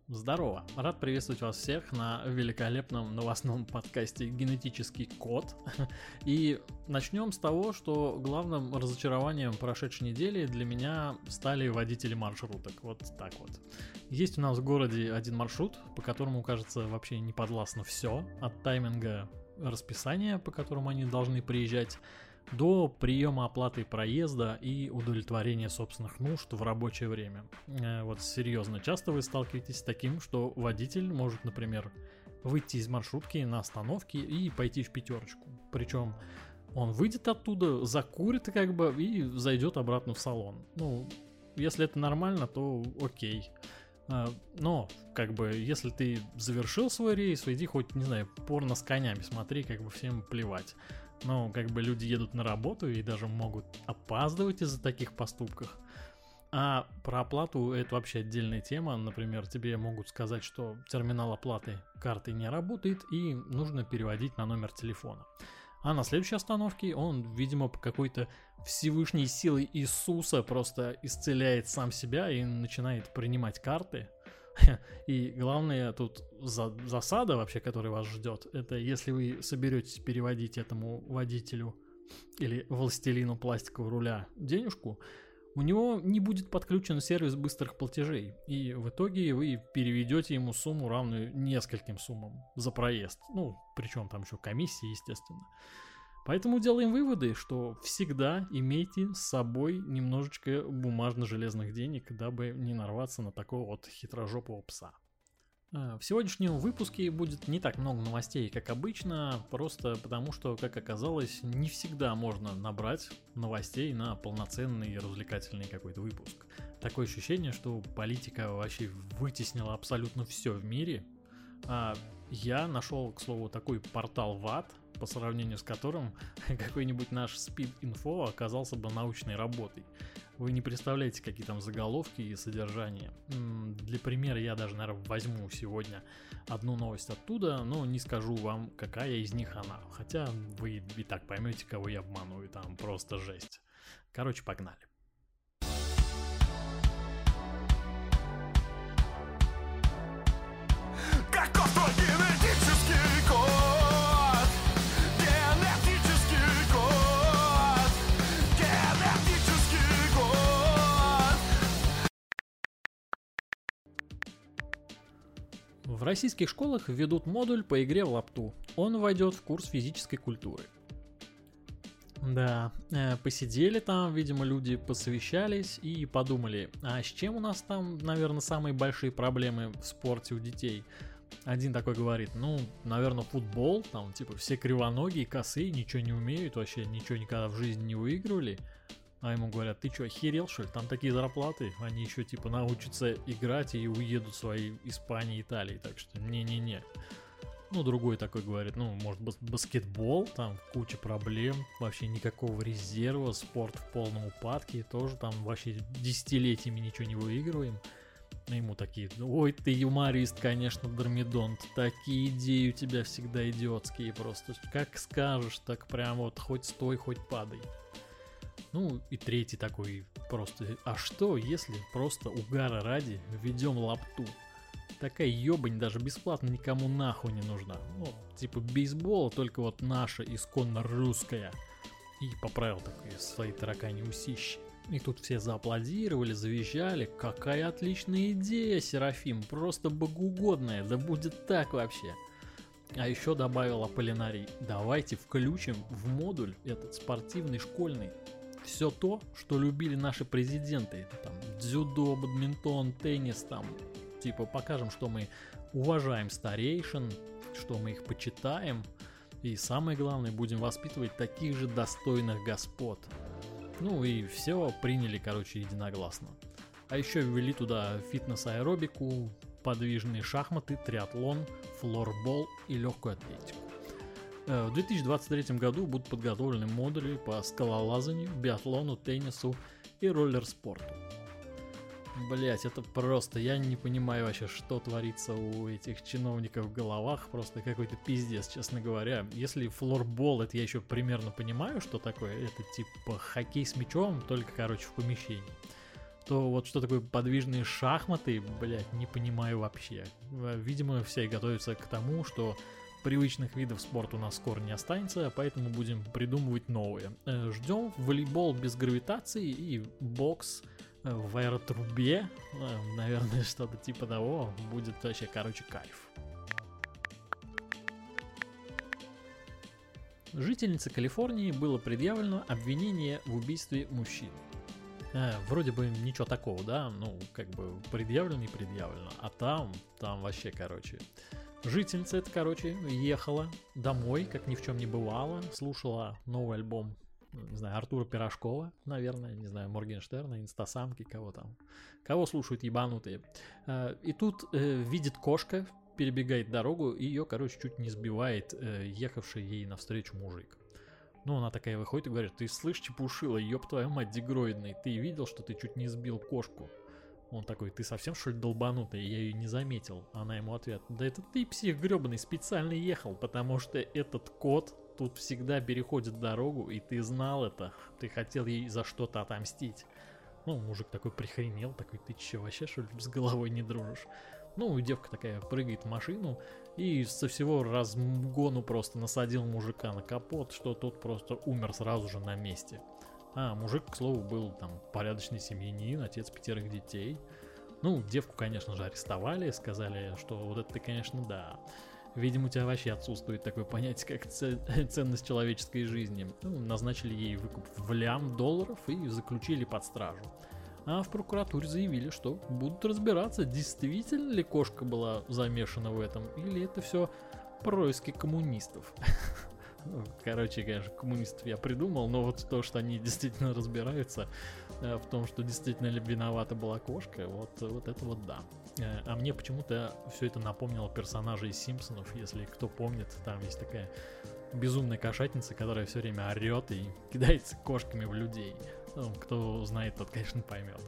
Здорово! Рад приветствовать вас всех на великолепном новостном подкасте «Генетический код». И начнем с того, что главным разочарованием прошедшей недели для меня стали водители маршруток. Вот так вот. Есть у нас в городе один маршрут, по которому, кажется, вообще не подвластно все. От тайминга расписания, по которому они должны приезжать, до приема оплаты проезда и удовлетворения собственных нужд в рабочее время. Вот серьезно, часто вы сталкиваетесь с таким, что водитель может, например, выйти из маршрутки на остановке и пойти в пятерочку. Причем он выйдет оттуда, закурит и зайдет обратно в салон. Ну, если это нормально, то окей. Но, если ты завершил свой рейс, иди хоть, не знаю, порно с конями смотри, всем плевать. Но, люди едут на работу и даже могут опаздывать из-за таких поступков. А про оплату это вообще отдельная тема. Например, тебе могут сказать, что терминал оплаты картой не работает и нужно переводить на номер телефона. А на следующей остановке он, видимо, по какой-то Всевышней силой Иисуса просто исцеляет сам себя и начинает принимать карты. И главное тут засада вообще, которая вас ждет, это если вы соберетесь переводить этому водителю или властелину пластикового руля денежку, у него не будет подключен сервис быстрых платежей, и в итоге вы переведете ему сумму, равную нескольким суммам за проезд. Ну, причем там еще комиссии, естественно. Поэтому делаем выводы, что всегда имейте с собой немножечко бумажно-железных денег, дабы не нарваться на такого вот хитрожопого пса. В сегодняшнем выпуске будет не так много новостей, как обычно, просто потому что, как оказалось, не всегда можно набрать новостей на полноценный и развлекательный какой-то выпуск. Такое ощущение, что политика вообще вытеснила абсолютно все в мире. Я нашел, к слову, такой портал ВАД, по сравнению с которым какой-нибудь наш Speed.info оказался бы научной работой. Вы не представляете, какие там заголовки и содержания. Для примера я даже, наверное, возьму сегодня одну новость оттуда, но не скажу вам, какая из них она. Хотя вы и так поймете, кого я обманываю, там просто жесть. Короче, погнали. Каков твой генетический код? Генетический код. Генетический код. В российских школах введут модуль по игре в лапту. Он войдет в курс физической культуры. Да, посидели там, видимо, люди посовещались и подумали, а с чем у нас там, наверное, самые большие проблемы в спорте у детей? Один такой говорит, наверное, футбол, там, все кривоногие, косые, ничего не умеют, вообще ничего никогда в жизни не выигрывали. А ему говорят, ты что, охерел, что ли? Там такие зарплаты, они еще, научатся играть и уедут в свои Испании, Италии, так что не-не-не. Другой такой говорит, может, баскетбол, там куча проблем, вообще никакого резерва, спорт в полном упадке, тоже там вообще десятилетиями ничего не выигрываем. Ему такие, ой, ты юморист, конечно, Дормидонт, такие идеи у тебя всегда идиотские просто, как скажешь, так прям вот хоть стой, хоть падай. И третий такой просто, а что, если просто угара ради введем лапту? Такая ебань даже бесплатно никому нахуй не нужна. Бейсбола, только вот наша, исконно русская. И поправил такие свои таракани усищи. И тут все зааплодировали, завизжали. Какая отличная идея, Серафим, просто богоугодная, да будет так вообще. А еще добавил Аполлинарий, давайте включим в модуль этот спортивный, школьный все то, что любили наши президенты. Там дзюдо, бадминтон, теннис, там. Покажем, что мы уважаем старейшин, что мы их почитаем. И самое главное, будем воспитывать таких же достойных господ. И все приняли, единогласно. А еще ввели туда фитнес-аэробику, подвижные шахматы, триатлон, флорбол и легкую атлетику. В 2023 году будут подготовлены модули по скалолазанию, биатлону, теннису и роллер-спорту. Блять, это просто, я не понимаю вообще, что творится у этих чиновников в головах, просто какой-то пиздец, честно говоря. Если флорбол, это я еще примерно понимаю, что такое, это хоккей с мячом, только, в помещении. то вот что такое подвижные шахматы, блядь, не понимаю вообще. Видимо, все готовятся к тому, что привычных видов спорта у нас скоро не останется, поэтому будем придумывать новые. Ждем волейбол без гравитации и бокс в аэротрубе. Наверное, что-то типа того. Будет вообще, короче, кайф. Жительнице Калифорнии было предъявлено обвинение в убийстве мужчины. Вроде бы ничего такого, да? Ну, как бы предъявлено и предъявлено. А там вообще, короче... Жительница эта, короче, ехала домой, как ни в чем не бывало, слушала новый альбом, не знаю, Артура Пирожкова, наверное, не знаю, Моргенштерна, Инстасамки, кого там. Кого слушают ебанутые. И тут видит кошка, перебегает дорогу, и ее, короче, чуть не сбивает ехавший ей навстречу мужик. Ну, она такая выходит и говорит: ты слышь, чепушила, ёб твою мать, дегроидный, ты видел, что ты чуть не сбил кошку? Он такой: ты совсем что ли долбанутый? Я ее не заметил. Она ему ответ: да это ты, псих гребаный, специально ехал, потому что этот кот тут всегда переходит дорогу, и ты знал это. Ты хотел ей за что-то отомстить. Ну, мужик такой прихренел, такой: ты че, вообще что ли с головой не дружишь? Ну, девка такая прыгает в машину и со всего разгону просто насадил мужика на капот, что тот просто умер сразу же на месте. А мужик, к слову, был там порядочный семьянин, отец 5 детей. Ну, девку, конечно же, арестовали, сказали, что вот это ты, конечно, да. Видимо, у тебя вообще отсутствует такое понятие, как ценность человеческой жизни. Ну, назначили ей выкуп в $1 000 000 и заключили под стражу. А в прокуратуре заявили, что будут разбираться, действительно ли кошка была замешана в этом, или это все происки коммунистов. Короче, конечно, коммунистов я придумал, но вот то, что они действительно разбираются в том, что действительно ли виновата была кошка, вот это вот да. А мне почему-то все это напомнило персонажей из Симпсонов, если кто помнит, там есть такая безумная кошатница, которая все время орет и кидается кошками в людей. Ну, кто знает, тот, конечно, поймет.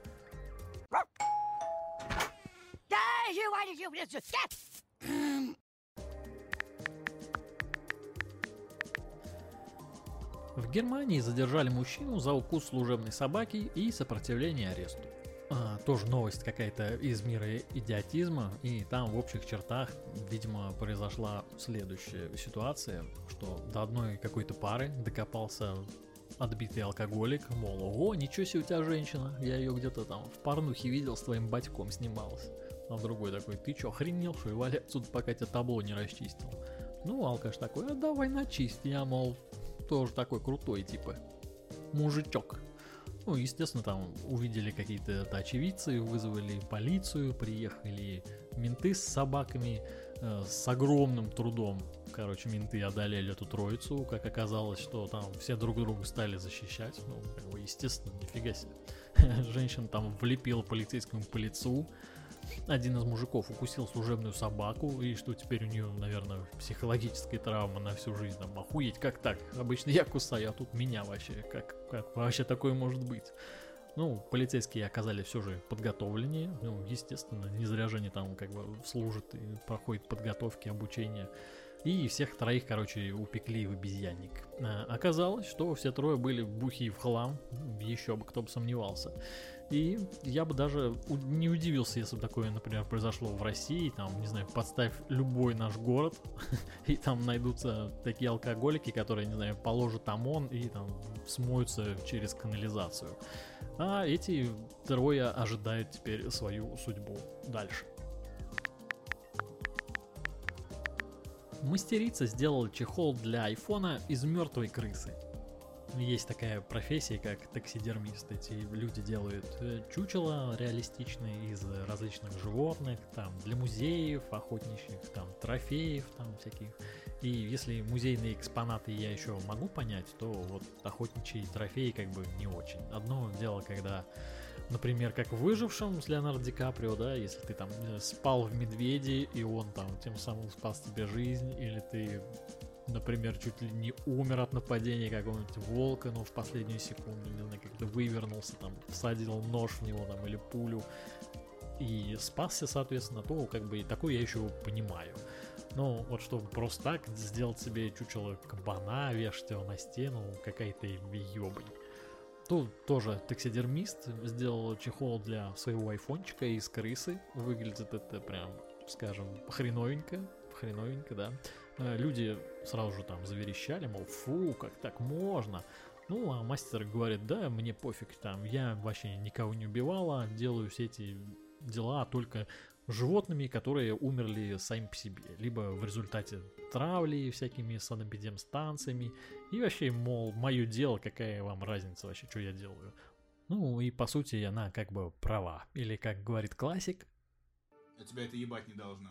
В Германии задержали мужчину за укус служебной собаки и сопротивление аресту. Тоже новость какая-то из мира идиотизма, и там в общих чертах, видимо, произошла следующая ситуация, что до одной какой-то пары докопался отбитый алкоголик, мол, ого, ничего себе у тебя женщина, я ее где-то там в порнухе видел, с твоим батьком снималась. А другой такой: ты че, охренел, что ли, вали отсюда, пока тебя табло не расчистил. Ну, алкаш такой: а давай начисть, я, мол, тоже такой крутой, типа, мужичок. Ну, естественно, там увидели какие-то очевидцы, вызвали полицию, приехали менты с собаками, с огромным трудом. Короче, менты одолели эту троицу, как оказалось, что там все друг друга стали защищать. Ну, как бы, естественно, нифига себе. Женщина там влепила полицейскому по лицу. Один из мужиков укусил служебную собаку, и что теперь у нее, наверное, психологическая травма на всю жизнь. Там, охуеть, как так? Обычно я кусаю, а тут меня вообще. Как вообще такое может быть? Ну, полицейские оказались все же подготовленнее. Ну, естественно, не зря же они там как бы служат и проходят подготовки, обучение. И всех троих, короче, упекли в обезьянник. Оказалось, что все трое были бухи в хлам. Еще бы, кто бы сомневался. И я бы даже не удивился, если бы такое, например, произошло в России. Там, не знаю, подставь любой наш город, и там найдутся такие алкоголики, которые, не знаю, положат ОМОН и там смоются через канализацию. А эти трое ожидают теперь свою судьбу дальше. Мастерица сделала чехол для айфона из мертвой крысы. Есть такая профессия, как таксидермист. Эти люди делают чучела реалистичные из различных животных, там, для музеев, охотничьих, там, трофеев, там, всяких. И если музейные экспонаты я еще могу понять, то вот охотничьи трофеи как бы не очень. Одно дело, когда, например, как в «Выжившем» с Леонардо Ди Каприо, да, если ты там спал в медведе, и он там тем самым спас тебе жизнь, или ты, например, чуть ли не умер от нападения какого-нибудь волка, но в последнюю секунду, не знаю, как-то вывернулся, там, всадил нож в него, там, или пулю, и спасся, соответственно, то, как бы, и такое я еще понимаю. Но вот чтобы просто так сделать себе чучело кабана, вешать его на стену, какая-то ебань. Тут тоже таксидермист сделал чехол для своего айфончика из крысы. Выглядит это прям, скажем, хреновенько, да. Люди сразу же там заверещали, мол, фу, как так можно. Ну, а мастер говорит, да, мне пофиг, там, я вообще никого не убивала, делаю все эти дела только животными, которые умерли сами по себе, либо в результате травли всякими санэпидемстанциями, и вообще, мол, мое дело, какая вам разница вообще, что я делаю. Ну, и по сути она как бы права, или как говорит классик, А тебя это ебать не должно.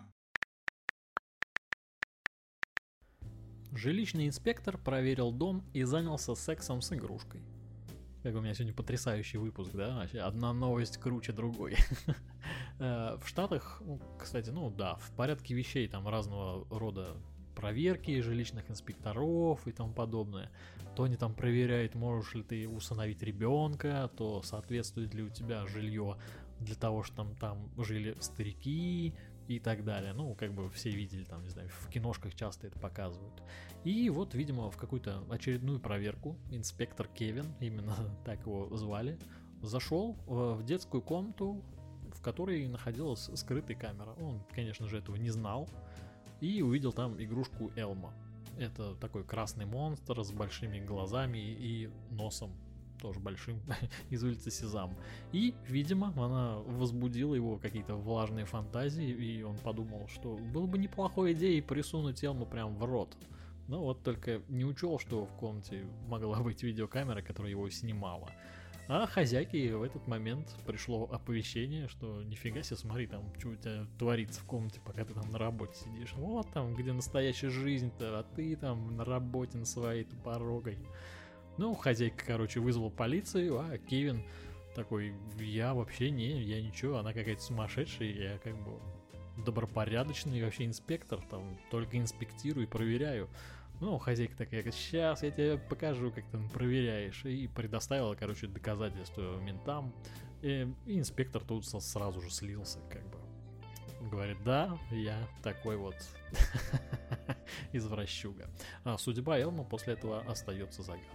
жилищный инспектор проверил дом и занялся сексом с игрушкой. Как у меня сегодня потрясающий выпуск, да? Вообще одна новость круче другой. В Штатах, кстати, в порядке вещей там разного рода проверки жилищных инспекторов и тому подобное. То они там проверяют, можешь ли ты усыновить ребенка, то соответствует ли у тебя жилье для того, чтобы там жили старики и так далее. Ну, как бы все видели, там, не знаю, в киношках часто это показывают. И вот, видимо, в какую-то очередную проверку инспектор Кевин, именно так его звали, зашел в детскую комнату, в которой находилась скрытая камера. Он, конечно же, этого не знал, и увидел там игрушку Элмо. Это такой красный монстр с большими глазами и носом тоже большим, из улицы Сезам. И, видимо, она возбудила его какие-то влажные фантазии, и он подумал, что было бы неплохой идеей присунуть Элму прям в рот. Но вот только не учел, что в комнате могла быть видеокамера, которая его снимала. А хозяйке в этот момент пришло оповещение, что нифига себе, смотри, там, что у тебя творится в комнате, пока ты там на работе сидишь. Вот там, где настоящая жизнь-то, а ты там на работе на своей тупорогой. Ну, хозяйка, короче, вызвала полицию, а Кевин такой, я ничего, она какая-то сумасшедшая, я как бы добропорядочный вообще инспектор, там, только инспектирую и проверяю. Ну, хозяйка такая, говорит, сейчас я тебе покажу, как ты проверяешь, и предоставила, короче, доказательства ментам, и инспектор тут сразу же слился, как бы. Говорит, да, я такой вот извращуга. А судьба Элма после этого остается загадкой.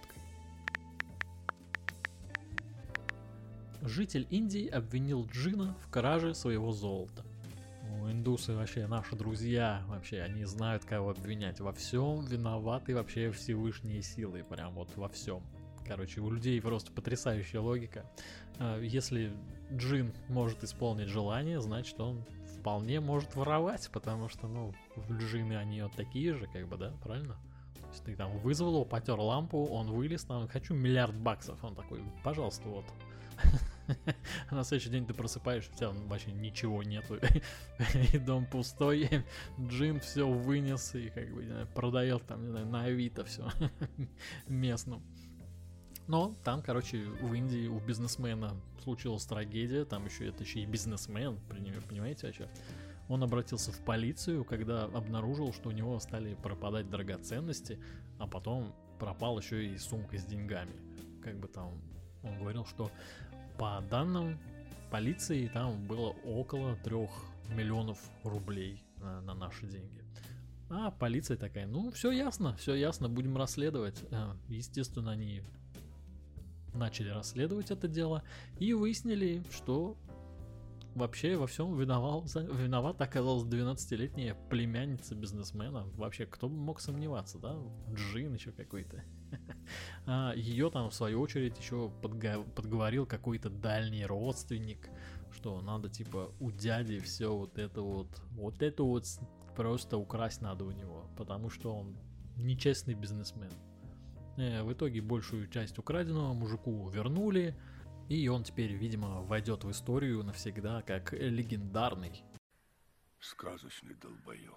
Житель Индии обвинил джинна в краже своего золота. Индусы вообще наши друзья, вообще они знают, кого обвинять. Во всем виноваты вообще Всевышние силы, прям вот во всем. Короче, у людей просто потрясающая логика. Если джин может исполнить желание, значит он вполне может воровать, потому что, джинны они вот такие же, как бы, да, правильно? То есть ты там вызвал его, потер лампу, он вылез, там, хочу $1 миллиард, он такой, пожалуйста, вот. А на следующий день ты просыпаешься, у тебя вообще ничего нету, и дом пустой, джин все вынес и как бы продает там, не знаю, на Авито все местным. Но там, короче, в Индии у бизнесмена случилась трагедия, там еще и бизнесмен, понимаете, вообще? Он обратился в полицию, когда обнаружил, что у него стали пропадать драгоценности, а потом пропал еще и сумка с деньгами. Как бы там он говорил, что по данным полиции там было около 3 миллионов рублей на наши деньги. А полиция такая, все ясно, будем расследовать. Естественно, они начали расследовать это дело и выяснили, что вообще во всем виновата оказалась 12-летняя племянница бизнесмена. Вообще, кто бы мог сомневаться, да? Джин еще какой-то. А ее там, в свою очередь, еще подговорил какой-то дальний родственник, что надо, типа, у дяди все вот это вот просто украсть надо у него, потому что он нечестный бизнесмен. В итоге большую часть украденного мужику вернули, и он теперь, видимо, войдет в историю навсегда как легендарный. Сказочный долбоеб.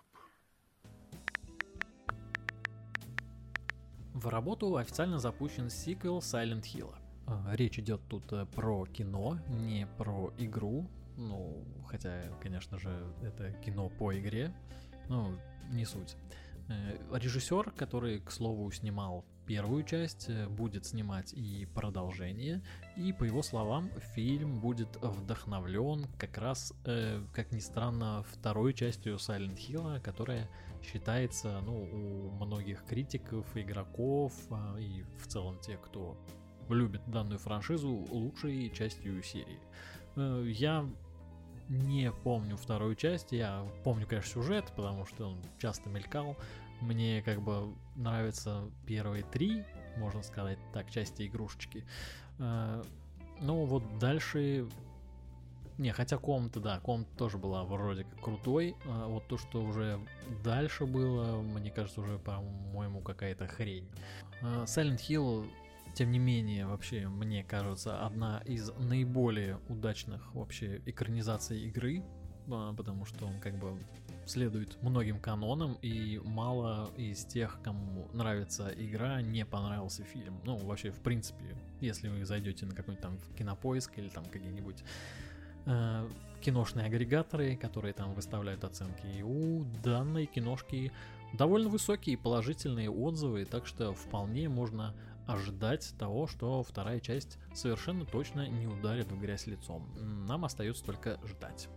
В работу официально запущен сиквел Silent Hill. Речь идет тут про кино, не про игру. Хотя, конечно же, это кино по игре, но не суть. Режиссер, который, к слову, снимал первую часть, будет снимать и продолжение, и, по его словам, фильм будет вдохновлен как раз, как ни странно, второй частью Silent Hill, которая считается, у многих критиков, игроков и в целом тех, кто любит данную франшизу лучшей частью серии. Я не помню вторую часть, я помню, конечно, сюжет, потому что он часто мелькал. Мне как бы нравятся первые 3, можно сказать так, части игрушечки. Ну вот дальше... Не, хотя комната тоже была вроде как крутой. Вот то, что уже дальше было, мне кажется, уже, по-моему, какая-то хрень. Silent Hill, тем не менее, вообще, мне кажется, одна из наиболее удачных вообще экранизаций игры, потому что он как бы следует многим канонам, и мало из тех, кому нравится игра, не понравился фильм. Ну, вообще, в принципе, если вы зайдете на какой-нибудь там Кинопоиск или там какие-нибудь киношные агрегаторы, которые там выставляют оценки, и у данной киношки довольно высокие положительные отзывы, так что вполне можно ожидать того, что вторая часть совершенно точно не ударит в грязь лицом. Нам остается только ждать.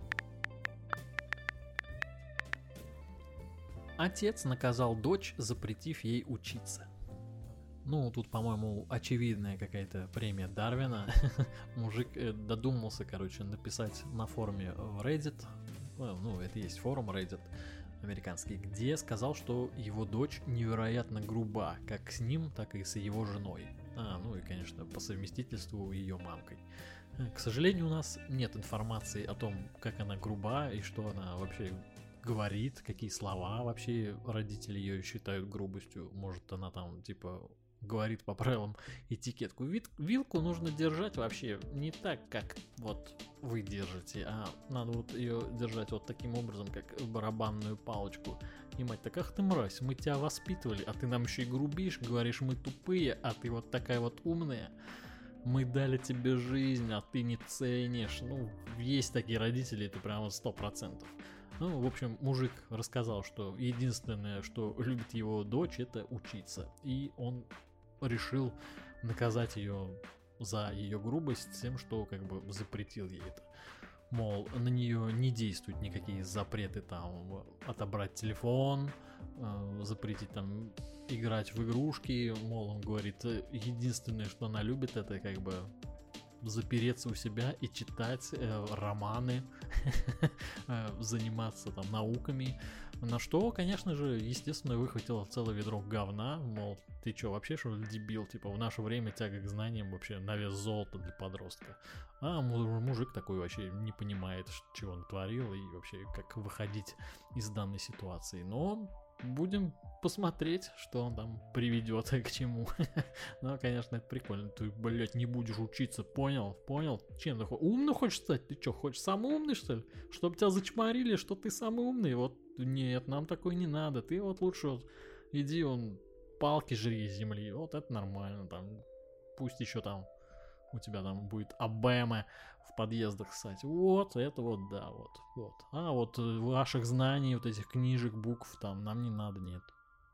Отец наказал дочь, запретив ей учиться. Ну, тут, по-моему, очевидная какая-то премия Дарвина. Мужик додумался, короче, написать на форуме в Reddit, ну, это есть форум Reddit американский, где сказал, что его дочь невероятно груба, как с ним, так и с его женой. Ну и, конечно, по совместительству ее мамкой. К сожалению, у нас нет информации о том, как она груба и что она вообще говорит, какие слова вообще родители ее считают грубостью. Может, она там, типа, говорит по правилам этикетку. Вилку нужно держать вообще не так, как вот вы держите, а надо вот ее держать вот таким образом, как барабанную палочку. И мать так, ах ты мразь, мы тебя воспитывали, а ты нам еще и грубишь, говоришь, мы тупые, а ты вот такая вот умная. Мы дали тебе жизнь, а ты не ценишь. Ну, есть такие родители, это прямо 100%. Ну, в общем, мужик рассказал, что единственное, что любит его дочь, это учиться. И он решил наказать ее за ее грубость тем, что как бы запретил ей это. Мол, на нее не действуют никакие запреты, там, отобрать телефон, запретить там играть в игрушки. Мол, он говорит, единственное, что она любит, это как бы запереться у себя и читать романы, заниматься там науками. На что, конечно же, естественно, выхватило целое ведро говна, мол, ты чё, вообще что ли дебил, типа в наше время тяга к знаниям вообще на вес золота для подростка. А мужик такой вообще не понимает, чего он творил и вообще как выходить из данной ситуации. Но будем посмотреть, что он там приведет к чему. Ну, конечно, это прикольно. Ты, блядь, не будешь учиться, понял? Понял? Чем ты умный хочешь стать? Ты что, хочешь самый умный, что ли? Чтобы тебя зачморили, что ты самый умный? Вот нет, нам такой не надо. Ты вот лучше вот иди, палки жри из земли. Вот это нормально. Там, пусть еще там у тебя там будет АБМ в подъездах, кстати. Вот, это вот, да, вот. А вот ваших знаний, вот этих книжек, букв там нам не надо, нет.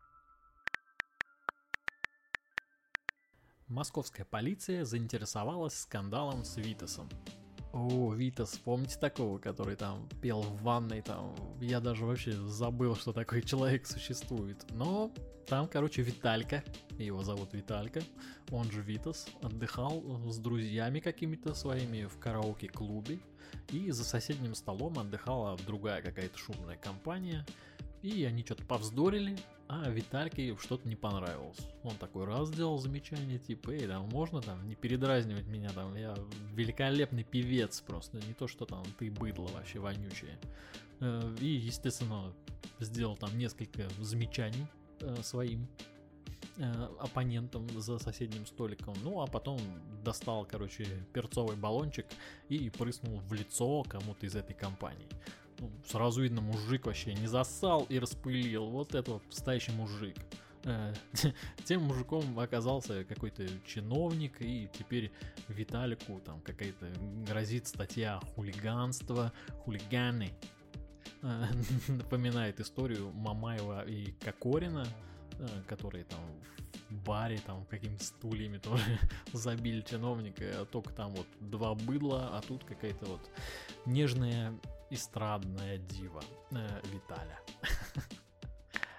Московская полиция заинтересовалась скандалом с Витасом. О, Витас, помните такого, который там пел в ванной, там, я даже вообще забыл, что такой человек существует. Но там, короче, Виталька, его зовут Виталька, он же Витас, отдыхал с друзьями какими-то своими в караоке-клубе, и за соседним столом отдыхала другая какая-то шумная компания, и они что-то повздорили, а Витальке что-то не понравилось. Он такой раз сделал замечание, типа, эй, там можно там не передразнивать меня, там, я великолепный певец просто, не то, что там ты быдло вообще вонючее. И, естественно, сделал там несколько замечаний своим оппонентам за соседним столиком. Ну, а потом достал, короче, перцовый баллончик и прыснул в лицо кому-то из этой компании. Ну, сразу видно, мужик вообще не засал и распылил. Вот это вот настоящий мужик. Тем мужиком оказался какой-то чиновник, и теперь Виталику там какая-то грозит статья хулиганство, хулиганы. Напоминает историю Мамаева и Кокорина, которые там в баре там какими-то стульями тоже забили чиновника, только там вот два быдла, а тут какая-то вот нежная эстрадная дива Виталя.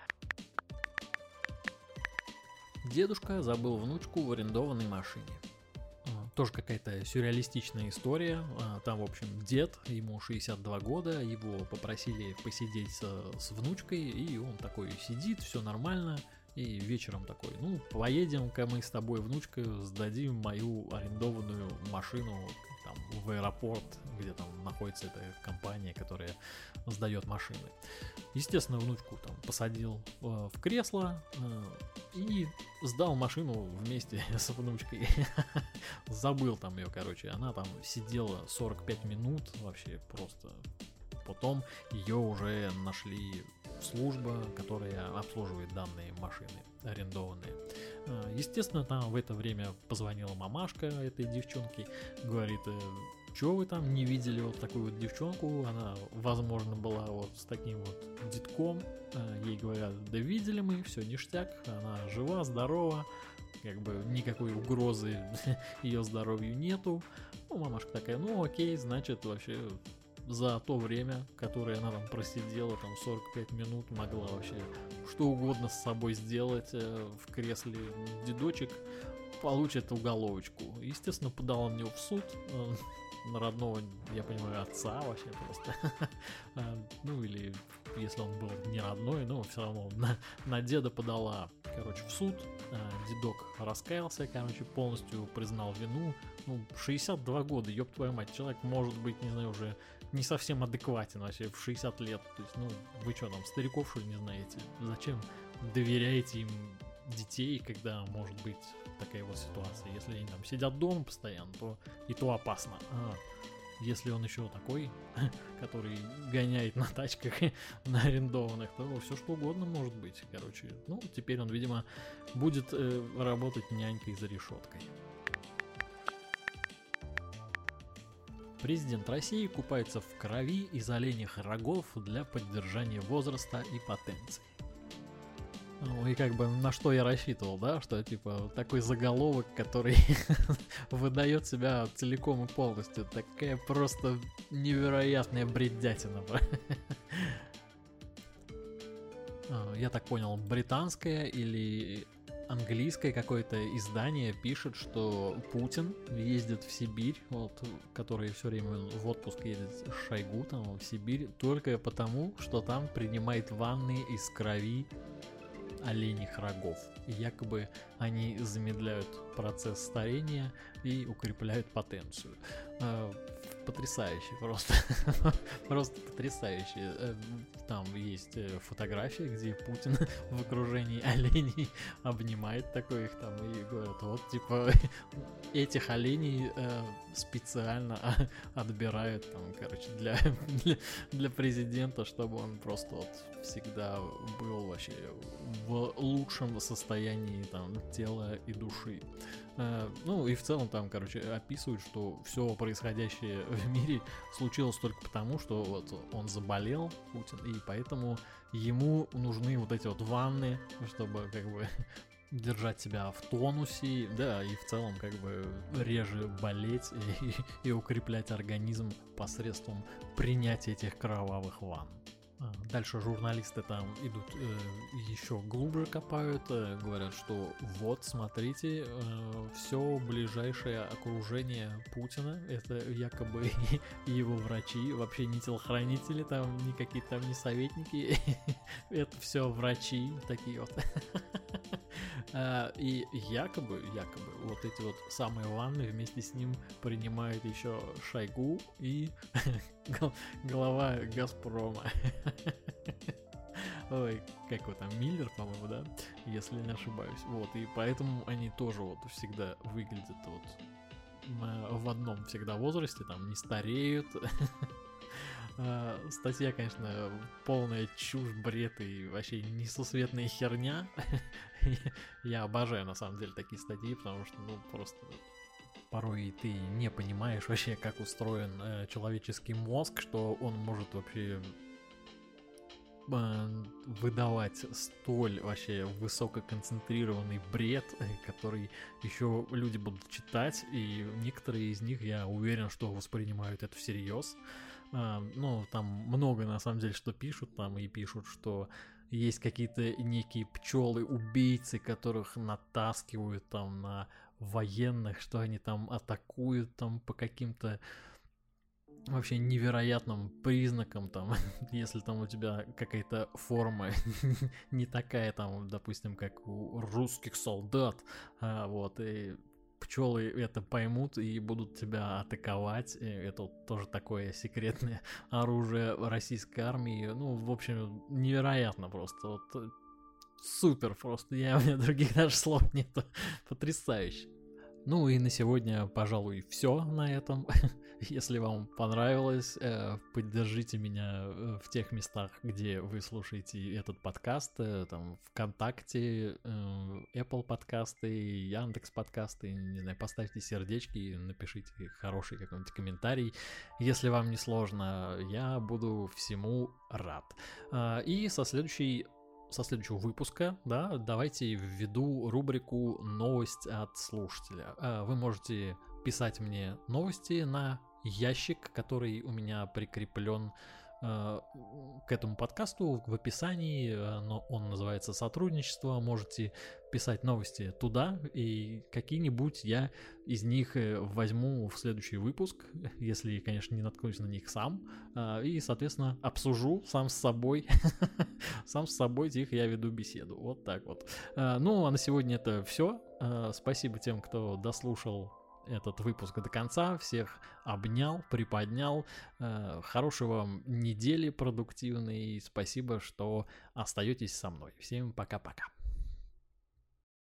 Дедушка забыл внучку в арендованной машине. тоже какая-то сюрреалистичная история. Там, в общем, дед, ему 62 года, его попросили посидеть с внучкой, и он такой сидит, все нормально. И вечером такой, ну, поедем-ка мы с тобой, внучка, сдадим мою арендованную машину там, в аэропорт, где там находится эта компания, которая сдает машины. Естественно, внучку там посадил в кресло и сдал машину вместе с внучкой. Забыл там ее, короче. Она там сидела 45 минут вообще просто. Потом ее уже нашли служба, которая обслуживает данные машины арендованные. Естественно, там в это время позвонила мамашка этой девчонки, говорит, что вы там не видели вот такую вот девчонку, она, возможно, была вот с таким вот детком, ей говорят, да видели мы, все ништяк, она жива, здорова, как бы никакой угрозы ее здоровью нету. Ну, мамашка такая, ну окей, значит, вообще за то время, которое она там просидела, там 45 минут, могла вообще что угодно с собой сделать в кресле. Дедочек получит уголовочку. Естественно, подала на него в суд, на родного, я понимаю, отца вообще просто. Ну или если он был не родной, но все равно на деда подала, короче, в суд. Дедок раскаялся, короче, полностью признал вину. Ну, 62 года, ёб твою мать, человек может быть, не знаю, уже не совсем адекватен вообще в 60 лет. То есть, ну, вы что там, стариков, что ли, не знаете? Зачем доверяете им детей, когда может быть такая вот ситуация? Если они там сидят дома постоянно, то и то опасно. Если он еще такой, который гоняет на тачках на арендованных, то все что угодно может быть. Короче, ну, теперь он, видимо, будет работать нянькой за решеткой. Президент России купается в крови из оленьих рогов для поддержания возраста и потенции. Ну и как бы на что я рассчитывал, да, что типа такой заголовок, который выдает себя целиком и полностью, такая просто невероятная бредятина. Я так понял, британское или английское какое-то издание пишет, что Путин ездит в Сибирь, вот, который все время в отпуск едет с Шойгу там в Сибирь, только потому, что там принимает ванны из крови оленьих рогов. И якобы они замедляют процесс старения и укрепляют потенцию. Потрясающе просто. Просто потрясающе. Там есть фотографии, где Путин в окружении оленей обнимает такой их там и говорит, вот типа этих оленей специально отбирают там, короче, для президента, чтобы он просто вот всегда был вообще в лучшем состоянии там тела и души. Ну и в целом там, короче, описывают, что все происходящее в мире случилось только потому, что вот он заболел, Путин, и поэтому ему нужны вот эти вот ванны, чтобы как бы держать себя в тонусе, да, и в целом как бы реже болеть и укреплять организм посредством принятия этих кровавых ванн. Дальше журналисты там идут еще глубже копают, говорят, что вот, смотрите, все ближайшее окружение Путина, это якобы его врачи, вообще не телохранители, там не какие-то там не советники, это все врачи такие вот. И якобы вот эти вот самые ванны вместе с ним принимает еще Шойгу и глава Газпрома. Ой, как его там, Миллер, по-моему, да? Если не ошибаюсь. Вот, и поэтому они тоже вот всегда выглядят вот в одном всегда возрасте, там не стареют. Статья, конечно, полная чушь, бред и вообще несусветная херня. Я обожаю, на самом деле, такие статьи, потому что, ну, просто порой ты не понимаешь вообще, как устроен человеческий мозг, что он может вообще выдавать столь вообще высококонцентрированный бред, который еще люди будут читать, и некоторые из них, я уверен, что воспринимают это всерьез. Ну, там много, на самом деле, что пишут, там и пишут, что есть какие-то некие пчелы-убийцы, которых натаскивают там на военных, что они там атакуют там по каким-то вообще невероятным признакам, там, если там у тебя какая-то форма не такая, там, допустим, как у русских солдат, вот, и пчелы это поймут и будут тебя атаковать. И это тоже такое секретное оружие российской армии. Ну, в общем, невероятно просто. Вот, супер просто. У меня других даже слов нету. Потрясающе. Ну и на сегодня, пожалуй, все на этом. Если вам понравилось, поддержите меня в тех местах, где вы слушаете этот подкаст, там ВКонтакте, Apple подкасты, Яндекс подкасты, не знаю, поставьте сердечки, напишите хороший какой-нибудь комментарий. Если вам не сложно, я буду всему рад. И со следующего выпуска, да, давайте введу рубрику «Новость от слушателя». Вы можете писать мне новости на ящик, который у меня прикреплен к этому подкасту в описании, но он называется «Сотрудничество». Можете писать новости туда, и какие-нибудь я из них возьму в следующий выпуск, если, конечно, не наткнусь на них сам, и, соответственно, обсужу сам с собой. Сам с собой тихо я веду беседу. Вот так вот. Ну, а на сегодня это все. Спасибо тем, кто дослушал этот выпуск до конца. Всех обнял, приподнял. Хорошей вам недели продуктивной. Спасибо, что остаетесь со мной. Всем пока-пока.